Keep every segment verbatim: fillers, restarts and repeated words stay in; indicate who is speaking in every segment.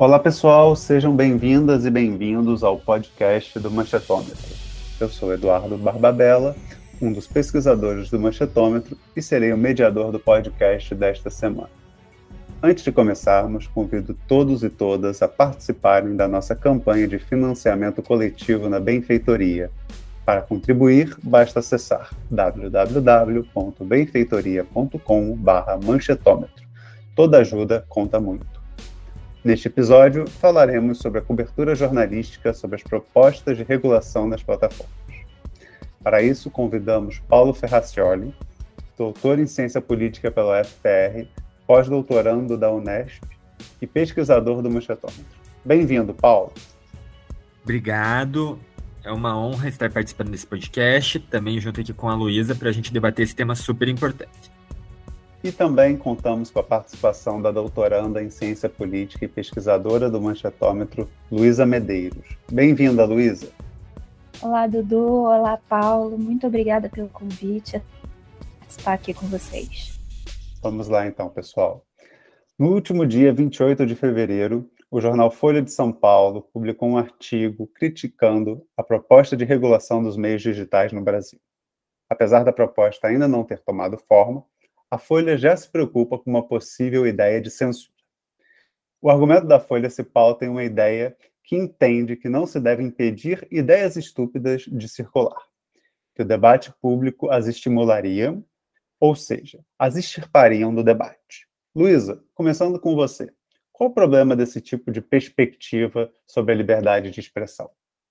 Speaker 1: Olá pessoal, sejam bem-vindas e bem-vindos ao podcast do Manchetômetro. Eu sou Eduardo Barbabella, um dos pesquisadores do Manchetômetro e serei o mediador do podcast desta semana. Antes de começarmos, convido todos e todas a participarem da nossa campanha de financiamento coletivo na benfeitoria. Para contribuir, basta acessar w w w ponto benfeitoria ponto com barra manchetômetro. Toda ajuda conta muito. Neste episódio, falaremos sobre a cobertura jornalística sobre as propostas de regulação das plataformas. Para isso, convidamos Paulo Ferracioli, doutor em Ciência Política pela U F P R, pós-doutorando da Unesp e pesquisador do Manchetômetro. Bem-vindo, Paulo.
Speaker 2: Obrigado. É uma honra estar participando desse podcast, também junto aqui com a Luísa, para a gente debater esse tema super importante.
Speaker 1: E também contamos com a participação da doutoranda em Ciência Política e pesquisadora do Manchetômetro, Luísa Medeiros. Bem-vinda, Luísa.
Speaker 3: Olá, Dudu. Olá, Paulo. Muito obrigada pelo convite a estar aqui com vocês.
Speaker 1: Vamos lá, então, pessoal. No último dia vinte e oito de fevereiro, o jornal Folha de São Paulo publicou um artigo criticando a proposta de regulação dos meios digitais no Brasil. Apesar da proposta ainda não ter tomado forma, a Folha já se preocupa com uma possível ideia de censura. O argumento da Folha se pauta em uma ideia que entende que não se deve impedir ideias estúpidas de circular, que o debate público as estimularia, ou seja, as extirpariam do debate. Luísa, começando com você, qual o problema desse tipo de perspectiva sobre a liberdade de expressão?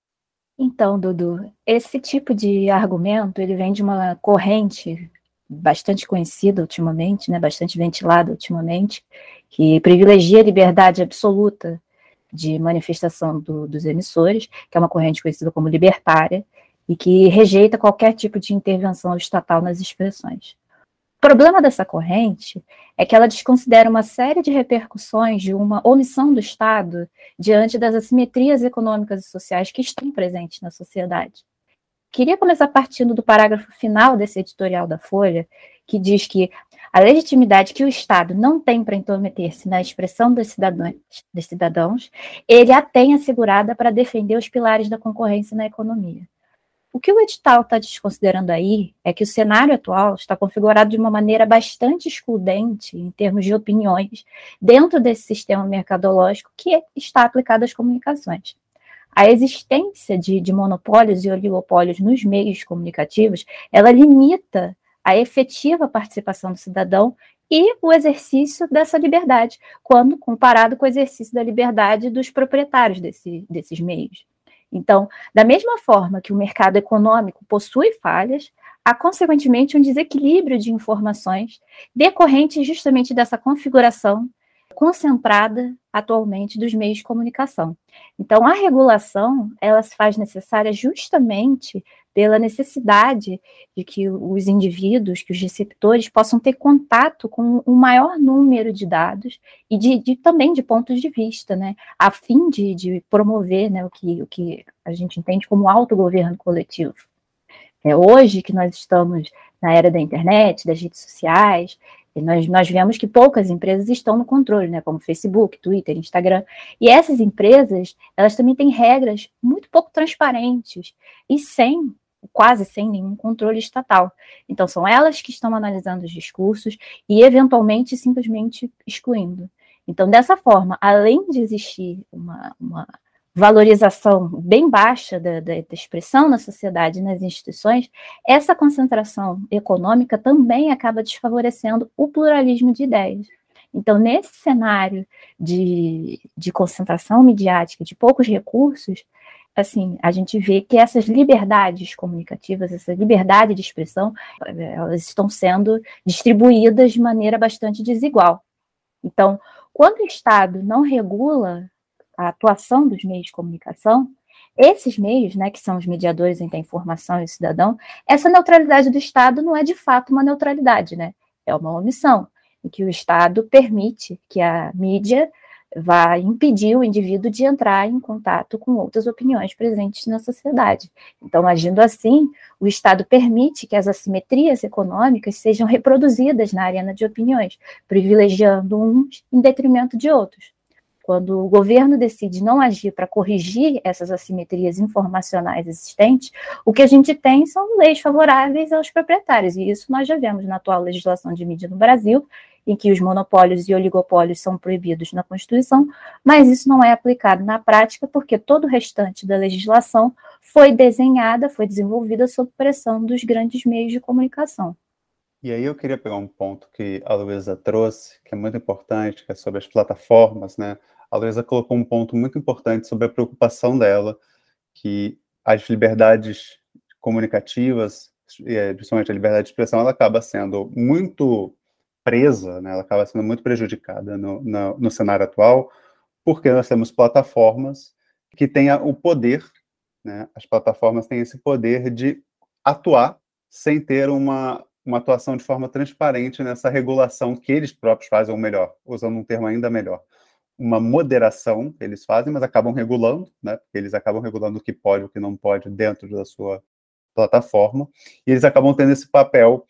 Speaker 3: Então, Dudu, esse tipo de argumento ele vem de uma corrente bastante conhecida ultimamente, né, bastante ventilada ultimamente, que privilegia a liberdade absoluta de manifestação do, dos emissores, que é uma corrente conhecida como libertária, e que rejeita qualquer tipo de intervenção estatal nas expressões. O problema dessa corrente é que ela desconsidera uma série de repercussões de uma omissão do Estado diante das assimetrias econômicas e sociais que estão presentes na sociedade. Queria começar partindo do parágrafo final desse editorial da Folha, que diz que a legitimidade que o Estado não tem para intrometer-se na expressão dos cidadãos, dos cidadãos, ele a tem assegurada para defender os pilares da concorrência na economia. O que o edital está desconsiderando aí é que o cenário atual está configurado de uma maneira bastante excludente em termos de opiniões dentro desse sistema mercadológico que está aplicado às comunicações. A existência de, de monopólios e oligopólios nos meios comunicativos, ela limita a efetiva participação do cidadão e o exercício dessa liberdade, quando comparado com o exercício da liberdade dos proprietários desse, desses meios. Então, da mesma forma que o mercado econômico possui falhas, há, consequentemente, um desequilíbrio de informações decorrente justamente dessa configuração concentrada atualmente dos meios de comunicação. Então, a regulação, ela se faz necessária justamente pela necessidade de que os indivíduos, que os receptores possam ter contato com um maior número de dados e de, de, também de pontos de vista, né, a fim de, de promover, né, o, que, o que a gente entende como autogoverno coletivo. É hoje que nós estamos na era da internet, das redes sociais, e nós, nós vemos que poucas empresas estão no controle, né, como Facebook, Twitter, Instagram, e essas empresas, elas também têm regras muito pouco transparentes e sem, quase sem nenhum controle estatal. Então, são elas que estão analisando os discursos e, eventualmente, simplesmente excluindo. Então, dessa forma, além de existir uma, uma valorização bem baixa da, da, da expressão na sociedade e nas instituições, essa concentração econômica também acaba desfavorecendo o pluralismo de ideias. Então, nesse cenário de, de concentração midiática, de poucos recursos, assim, a gente vê que essas liberdades comunicativas, essa liberdade de expressão, elas estão sendo distribuídas de maneira bastante desigual. Então, quando o Estado não regula a atuação dos meios de comunicação, esses meios, né, que são os mediadores entre a informação e o cidadão, essa neutralidade do Estado não é de fato uma neutralidade, né? É uma omissão, em que o Estado permite que a mídia vá impedir o indivíduo de entrar em contato com outras opiniões presentes na sociedade. Então, agindo assim, o Estado permite que as assimetrias econômicas sejam reproduzidas na arena de opiniões, privilegiando uns em detrimento de outros. Quando o governo decide não agir para corrigir essas assimetrias informacionais existentes, o que a gente tem são leis favoráveis aos proprietários, e isso nós já vemos na atual legislação de mídia no Brasil, em que os monopólios e oligopólios são proibidos na Constituição, mas isso não é aplicado na prática porque todo o restante da legislação foi desenhada, foi desenvolvida sob pressão dos grandes meios de comunicação.
Speaker 1: E aí eu queria pegar um ponto que a Luísa trouxe, que é muito importante, que é sobre as plataformas, né? A Luísa colocou um ponto muito importante sobre a preocupação dela, que as liberdades comunicativas, principalmente a liberdade de expressão, ela acaba sendo muito presa, né? Ela acaba sendo muito prejudicada no, no, no cenário atual, porque nós temos plataformas que têm o poder, né? As plataformas têm esse poder de atuar sem ter uma, uma atuação de forma transparente nessa regulação que eles próprios fazem, ou melhor, usando um termo ainda melhor, uma moderação que eles fazem, mas acabam regulando, né? Porque eles acabam regulando o que pode e o que não pode dentro da sua plataforma, e eles acabam tendo esse papel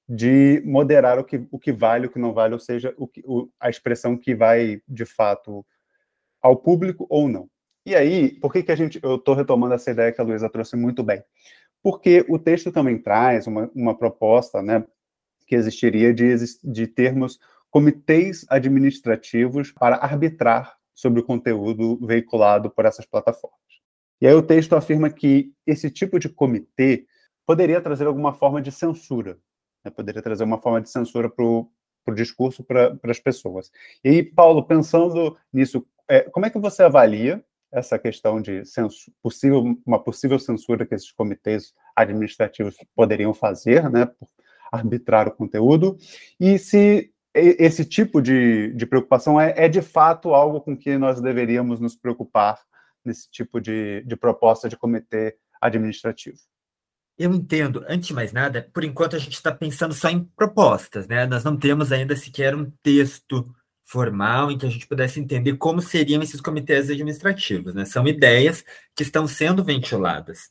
Speaker 1: de moderar o que, o que vale, o que não vale, ou seja, o que, o, a expressão que vai, de fato, ao público ou não. E aí, por que, que a gente, eu estou retomando essa ideia que a Luísa trouxe muito bem? Porque o texto também traz uma, uma proposta, né, que existiria de, de termos comitês administrativos para arbitrar sobre o conteúdo veiculado por essas plataformas. E aí o texto afirma que esse tipo de comitê poderia trazer alguma forma de censura, né? Poderia trazer uma forma de censura para o discurso para as pessoas. E aí, Paulo, pensando nisso, é, como é que você avalia essa questão de censura, possível, uma possível censura que esses comitês administrativos poderiam fazer, né, por arbitrar o conteúdo, e se esse tipo de, de preocupação é, é, de fato, algo com que nós deveríamos nos preocupar nesse tipo de, de proposta de comitê administrativo?
Speaker 2: Eu entendo. Antes de mais nada, por enquanto a gente está pensando só em propostas, né? Nós não temos ainda sequer um texto formal em que a gente pudesse entender como seriam esses comitês administrativos, né? São ideias que estão sendo ventiladas.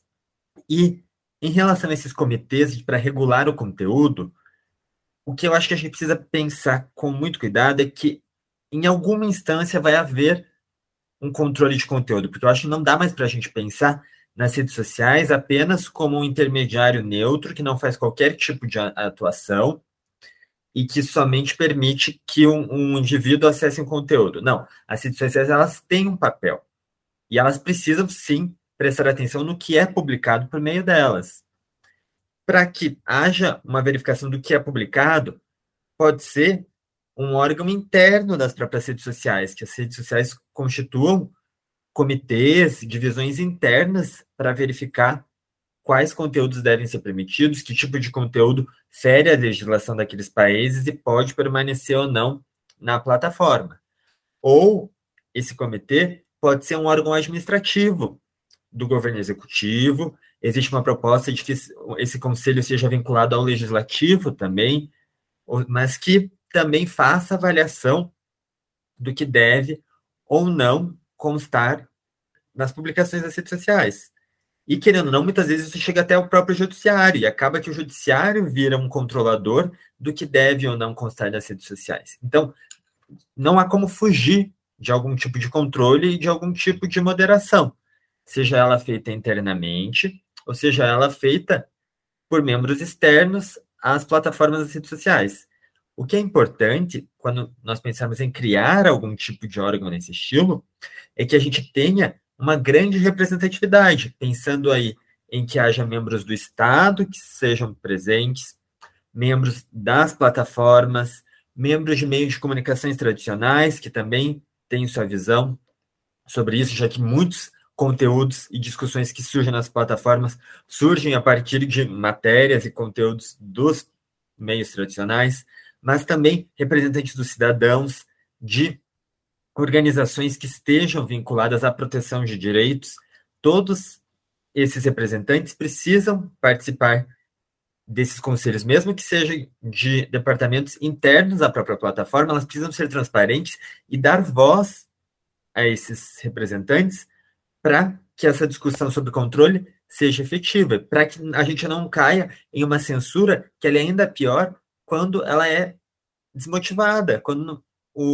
Speaker 2: E, em relação a esses comitês para regular o conteúdo, o que eu acho que a gente precisa pensar com muito cuidado é que, em alguma instância, vai haver um controle de conteúdo, porque eu acho que não dá mais para a gente pensar nas redes sociais apenas como um intermediário neutro que não faz qualquer tipo de atuação e que somente permite que um, um indivíduo acesse um conteúdo. Não, as redes sociais, elas têm um papel e elas precisam, sim, prestar atenção no que é publicado por meio delas. Para que haja uma verificação do que é publicado, pode ser um órgão interno das próprias redes sociais, que as redes sociais constituam comitês, divisões internas para verificar quais conteúdos devem ser permitidos, que tipo de conteúdo fere a legislação daqueles países e pode permanecer ou não na plataforma. Ou esse comitê pode ser um órgão administrativo do governo executivo. Existe uma proposta de que esse conselho seja vinculado ao legislativo também, mas que também faça avaliação do que deve ou não constar nas publicações das redes sociais. E, querendo ou não, muitas vezes isso chega até o próprio judiciário, e acaba que o judiciário vira um controlador do que deve ou não constar nas redes sociais. Então, não há como fugir de algum tipo de controle e de algum tipo de moderação, seja ela feita internamente, ou seja ela feita por membros externos às plataformas das redes sociais. O que é importante, quando nós pensamos em criar algum tipo de órgão nesse estilo, é que a gente tenha uma grande representatividade, pensando aí em que haja membros do Estado que sejam presentes, membros das plataformas, membros de meios de comunicações tradicionais que também têm sua visão sobre isso, já que muitos conteúdos e discussões que surgem nas plataformas surgem a partir de matérias e conteúdos dos meios tradicionais, mas também representantes dos cidadãos, de organizações que estejam vinculadas à proteção de direitos. Todos esses representantes precisam participar desses conselhos, mesmo que sejam de departamentos internos à própria plataforma, elas precisam ser transparentes e dar voz a esses representantes para que essa discussão sobre controle seja efetiva, para que a gente não caia em uma censura que ela é ainda pior quando ela é desmotivada, quando o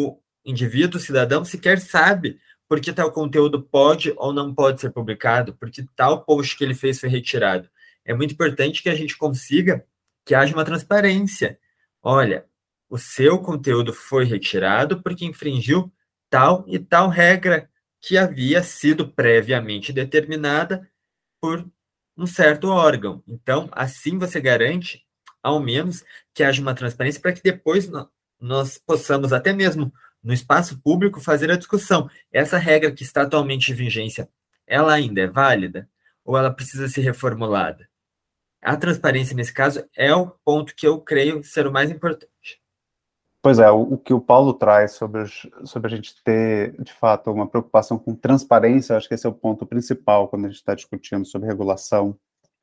Speaker 2: indivíduo, cidadão, sequer sabe por que tal conteúdo pode ou não pode ser publicado, porque tal post que ele fez foi retirado. É muito importante que a gente consiga que haja uma transparência. Olha, o seu conteúdo foi retirado porque infringiu tal e tal regra que havia sido previamente determinada por um certo órgão. Então, assim você garante, ao menos, que haja uma transparência para que depois nós possamos, até mesmo no espaço público, fazer a discussão. Essa regra que está atualmente em vigência, ela ainda é válida ou ela precisa ser reformulada? A transparência, nesse caso, é o ponto que eu creio ser o mais importante.
Speaker 1: Pois é, o, o que o Paulo traz sobre, os, sobre a gente ter, de fato, uma preocupação com transparência, acho que esse é o ponto principal quando a gente está discutindo sobre regulação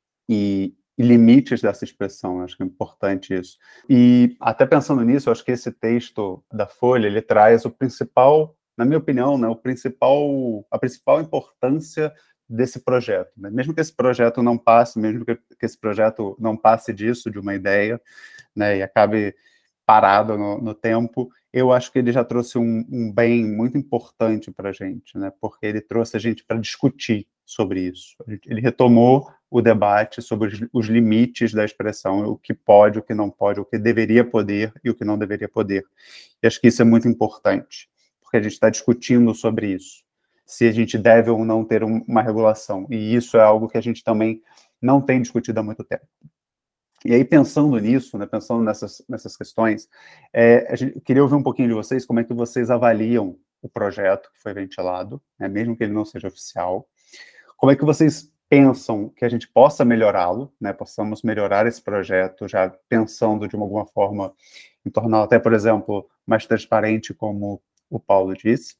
Speaker 1: e, e limites dessa expressão, acho que é importante isso. E até pensando nisso, acho que esse texto da Folha, ele traz o principal, na minha opinião, né, o principal, a principal importância desse projeto, né? Mesmo que esse projeto não passe, mesmo que, que esse projeto não passe disso, de uma ideia, né, e acabe parado no, no tempo, eu acho que ele já trouxe um, um bem muito importante para a gente, né? Porque ele trouxe a gente para discutir sobre isso. Ele retomou o debate sobre os, os limites da expressão, o que pode, o que não pode, o que deveria poder e o que não deveria poder. E acho que isso é muito importante, porque a gente está discutindo sobre isso, se a gente deve ou não ter um, uma regulação. E isso é algo que a gente também não tem discutido há muito tempo. E aí, pensando nisso, né, pensando nessas, nessas questões, é, a gente, eu queria ouvir um pouquinho de vocês, como é que vocês avaliam o projeto que foi ventilado, né, mesmo que ele não seja oficial. Como é que vocês pensam que a gente possa melhorá-lo, né, possamos melhorar esse projeto, já pensando de uma alguma forma em torná-lo até, por exemplo, mais transparente, como o Paulo disse.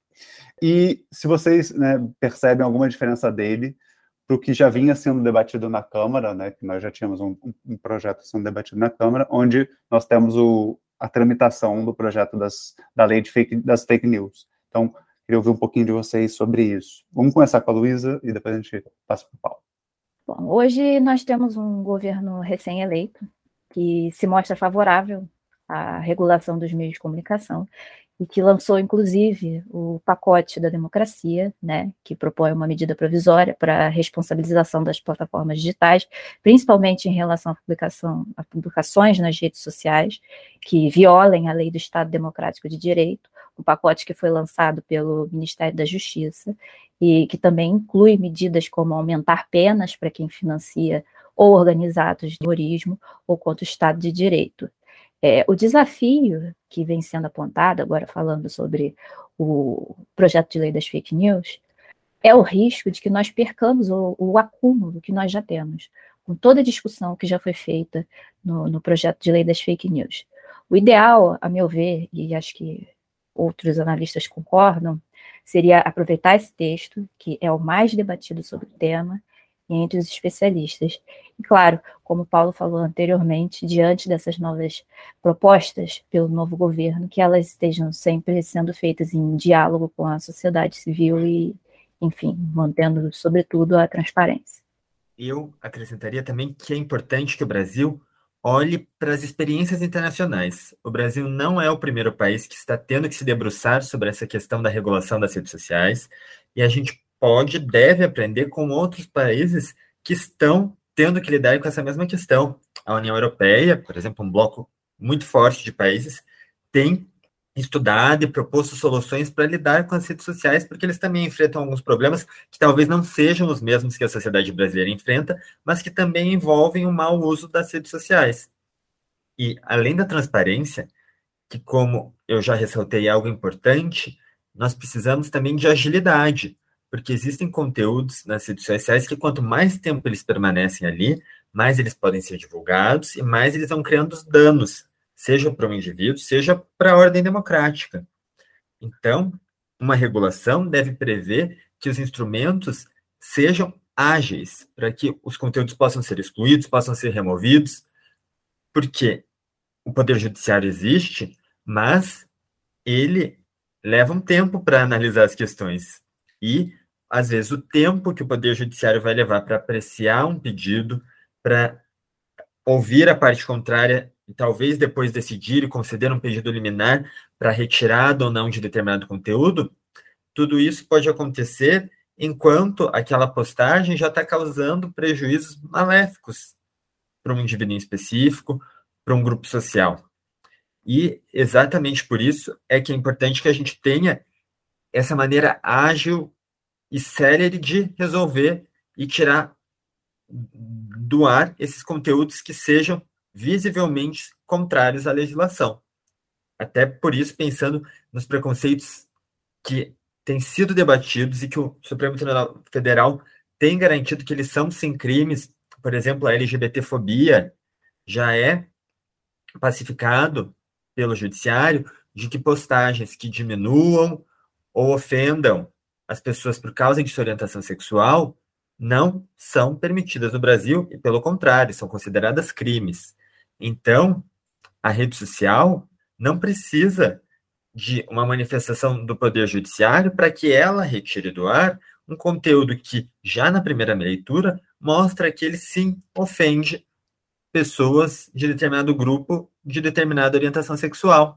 Speaker 1: E se vocês, né, percebem alguma diferença dele para o que já vinha sendo debatido na Câmara, né, que nós já tínhamos um, um projeto sendo debatido na Câmara, onde nós temos o, a tramitação do projeto das, da lei de fake, das fake news. Então, queria ouvir um pouquinho de vocês sobre isso. Vamos começar com a Luísa e depois a gente passa para o Paulo.
Speaker 3: Bom, hoje nós temos um governo recém-eleito que se mostra favorável à regulação dos meios de comunicação e que lançou, inclusive, o pacote da democracia, né, que propõe uma medida provisória para a responsabilização das plataformas digitais, principalmente em relação à publicação, a publicações nas redes sociais, que violem a lei do Estado Democrático de Direito, um pacote que foi lançado pelo Ministério da Justiça e que também inclui medidas como aumentar penas para quem financia ou organiza atos de terrorismo ou contra o Estado de Direito. É, o desafio que vem sendo apontado, agora falando sobre o projeto de lei das fake news, é o risco de que nós percamos o, o acúmulo que nós já temos, com toda a discussão que já foi feita no, no projeto de lei das fake news. O ideal, a meu ver, e acho que outros analistas concordam, seria aproveitar esse texto, que é o mais debatido sobre o tema, entre os especialistas. E, claro, como o Paulo falou anteriormente, diante dessas novas propostas pelo novo governo, que elas estejam sempre sendo feitas em diálogo com a sociedade civil e, enfim, mantendo, sobretudo, a transparência.
Speaker 2: Eu acrescentaria também que é importante que o Brasil olhe para as experiências internacionais. O Brasil não é o primeiro país que está tendo que se debruçar sobre essa questão da regulação das redes sociais, e a gente pode, deve aprender com outros países que estão tendo que lidar com essa mesma questão. A União Europeia, por exemplo, um bloco muito forte de países, tem estudado e proposto soluções para lidar com as redes sociais, porque eles também enfrentam alguns problemas que talvez não sejam os mesmos que a sociedade brasileira enfrenta, mas que também envolvem o mau uso das redes sociais. E, além da transparência, que, como eu já ressaltei, é algo importante, nós precisamos também de agilidade, porque existem conteúdos nas redes sociais que, quanto mais tempo eles permanecem ali, mais eles podem ser divulgados e mais eles vão criando danos, seja para o indivíduo, seja para a ordem democrática. Então, uma regulação deve prever que os instrumentos sejam ágeis, para que os conteúdos possam ser excluídos, possam ser removidos, porque o Poder Judiciário existe, mas ele leva um tempo para analisar as questões. E, às vezes, o tempo que o Poder Judiciário vai levar para apreciar um pedido, para ouvir a parte contrária e talvez depois decidir e conceder um pedido liminar para retirada ou não de determinado conteúdo, tudo isso pode acontecer enquanto aquela postagem já está causando prejuízos maléficos para um indivíduo específico, para um grupo social. E exatamente por isso é que é importante que a gente tenha essa maneira ágil e célere de resolver e tirar do ar esses conteúdos que sejam visivelmente contrários à legislação. Até por isso, pensando nos preconceitos que têm sido debatidos e que o Supremo Tribunal Federal tem garantido que eles são sim crimes, por exemplo, a LGBTfobia já é pacificado pelo judiciário de que postagens que diminuam ou ofendam as pessoas por causa de sua orientação sexual não são permitidas no Brasil e, pelo contrário, são consideradas crimes. Então, a rede social não precisa de uma manifestação do Poder Judiciário para que ela retire do ar um conteúdo que, já na primeira leitura, mostra que ele sim ofende pessoas de determinado grupo, de determinada orientação sexual.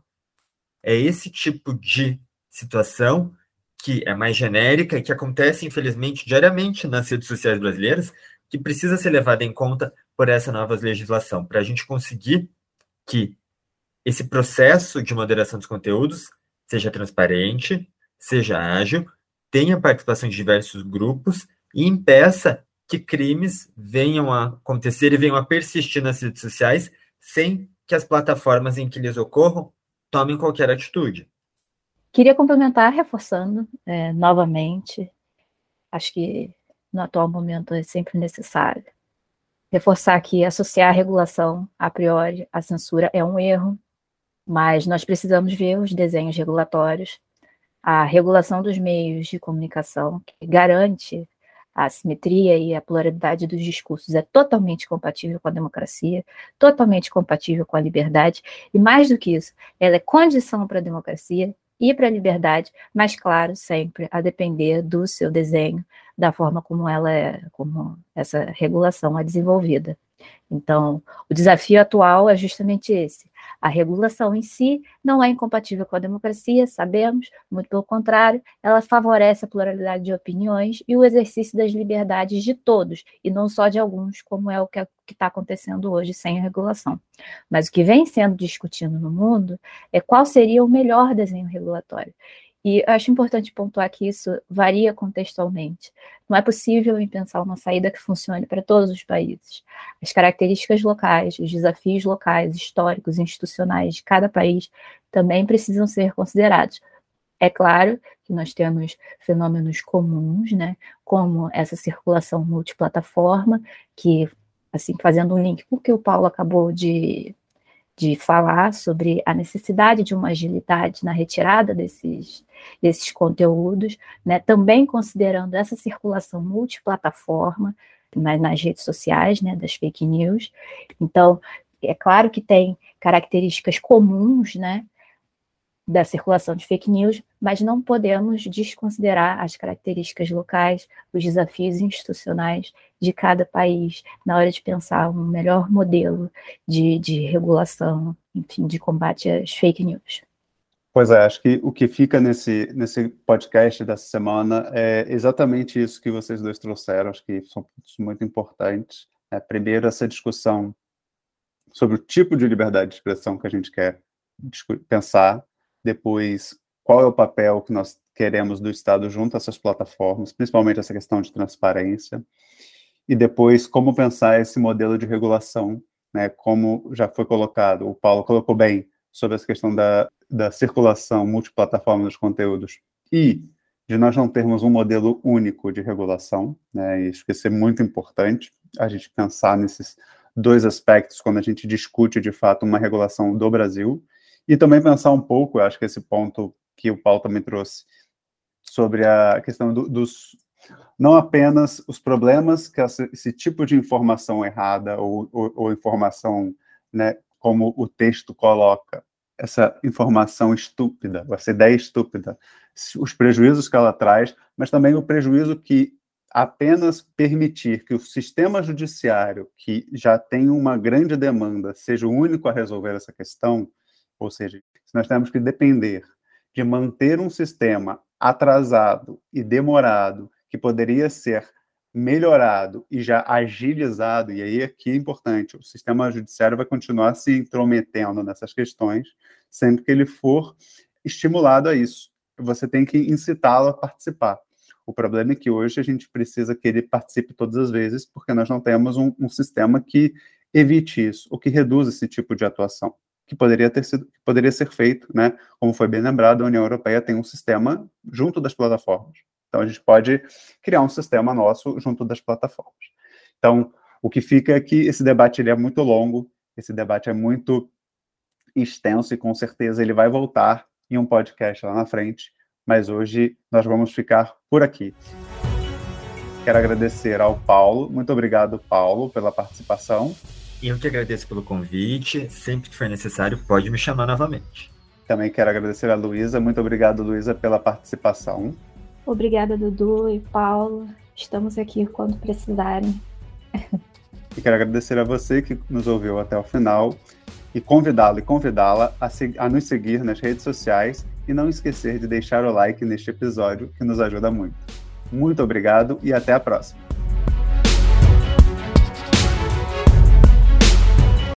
Speaker 2: É esse tipo de situação que é mais genérica e que acontece, infelizmente, diariamente nas redes sociais brasileiras, que precisa ser levada em conta por essa nova legislação, para a gente conseguir que esse processo de moderação dos conteúdos seja transparente, seja ágil, tenha participação de diversos grupos e impeça que crimes venham a acontecer e venham a persistir nas redes sociais sem que as plataformas em que eles ocorram tomem qualquer atitude.
Speaker 3: Queria complementar, reforçando é, novamente, acho que no atual momento é sempre necessário, reforçar que associar a regulação a priori à censura é um erro, mas nós precisamos ver os desenhos regulatórios, a regulação dos meios de comunicação, que garante a simetria e a pluralidade dos discursos, é totalmente compatível com a democracia, totalmente compatível com a liberdade, e mais do que isso, ela é condição para a democracia e para a liberdade, mas claro, sempre a depender do seu desenho, da forma como ela é, como essa regulação é desenvolvida. Então, o desafio atual é justamente esse. A regulação em si não é incompatível com a democracia, sabemos, muito pelo contrário, ela favorece a pluralidade de opiniões e o exercício das liberdades de todos, e não só de alguns, como é o que está acontecendo hoje sem a regulação. Mas o que vem sendo discutido no mundo é qual seria o melhor desenho regulatório. E eu acho importante pontuar que isso varia contextualmente. Não é possível pensar uma saída que funcione para todos os países. As características locais, os desafios locais, históricos, institucionais de cada país também precisam ser considerados. É claro que nós temos fenômenos comuns, né, como essa circulação multiplataforma, que, assim, fazendo um link com o que o Paulo acabou de... de falar sobre a necessidade de uma agilidade na retirada desses, desses conteúdos, né, também considerando essa circulação multiplataforma nas, nas redes sociais, né, das fake news. Então, é claro que tem características comuns, né, da circulação de fake news, mas não podemos desconsiderar as características locais, os desafios institucionais de cada país na hora de pensar um melhor modelo de, de regulação, enfim, de combate às fake news.
Speaker 1: Pois é, acho que o que fica nesse, nesse podcast dessa semana é exatamente isso que vocês dois trouxeram, acho que são pontos muito importantes. É, primeiro, essa discussão sobre o tipo de liberdade de expressão que a gente quer pensar, depois, qual é o papel que nós queremos do Estado junto a essas plataformas, principalmente essa questão de transparência, e depois, como pensar esse modelo de regulação, né, como já foi colocado, o Paulo colocou bem, sobre essa questão da, da circulação multiplataforma dos conteúdos, e de nós não termos um modelo único de regulação, né, e acho que isso é muito importante, a gente pensar nesses dois aspectos quando a gente discute, de fato, uma regulação do Brasil, e também pensar um pouco, eu acho que esse ponto que o Paulo também trouxe, sobre a questão do, dos, não apenas os problemas que essa, esse tipo de informação errada ou, ou, ou informação, né, como o texto coloca, essa informação estúpida, essa ideia estúpida, os prejuízos que ela traz, mas também o prejuízo que apenas permitir que o sistema judiciário, que já tem uma grande demanda, seja o único a resolver essa questão, ou seja, se nós temos que depender de manter um sistema atrasado e demorado, que poderia ser melhorado e já agilizado, e aí aqui é importante, o sistema judiciário vai continuar se intrometendo nessas questões, sempre que ele for estimulado a isso. Você tem que incitá-lo a participar. O problema é que hoje a gente precisa que ele participe todas as vezes, porque nós não temos um, um sistema que evite isso, ou que reduza esse tipo de atuação, que poderia ter sido, que poderia ser feito, né? Como foi bem lembrado, a União Europeia tem um sistema junto das plataformas. Então, a gente pode criar um sistema nosso junto das plataformas. Então, o que fica é que esse debate ele é muito longo, esse debate é muito extenso e, com certeza, ele vai voltar em um podcast lá na frente, mas hoje nós vamos ficar por aqui. Quero agradecer ao Paulo. Muito obrigado, Paulo, pela participação.
Speaker 2: Eu que agradeço pelo convite. Sempre que for necessário, pode me chamar novamente.
Speaker 1: Também quero agradecer a Luísa. Muito obrigado, Luísa, pela participação.
Speaker 3: Obrigada, Dudu e Paulo. Estamos aqui quando precisarem.
Speaker 1: E quero agradecer a você que nos ouviu até o final e convidá-lo e convidá-la a, a nos seguir nas redes sociais e não esquecer de deixar o like neste episódio, que nos ajuda muito. Muito obrigado e até a próxima.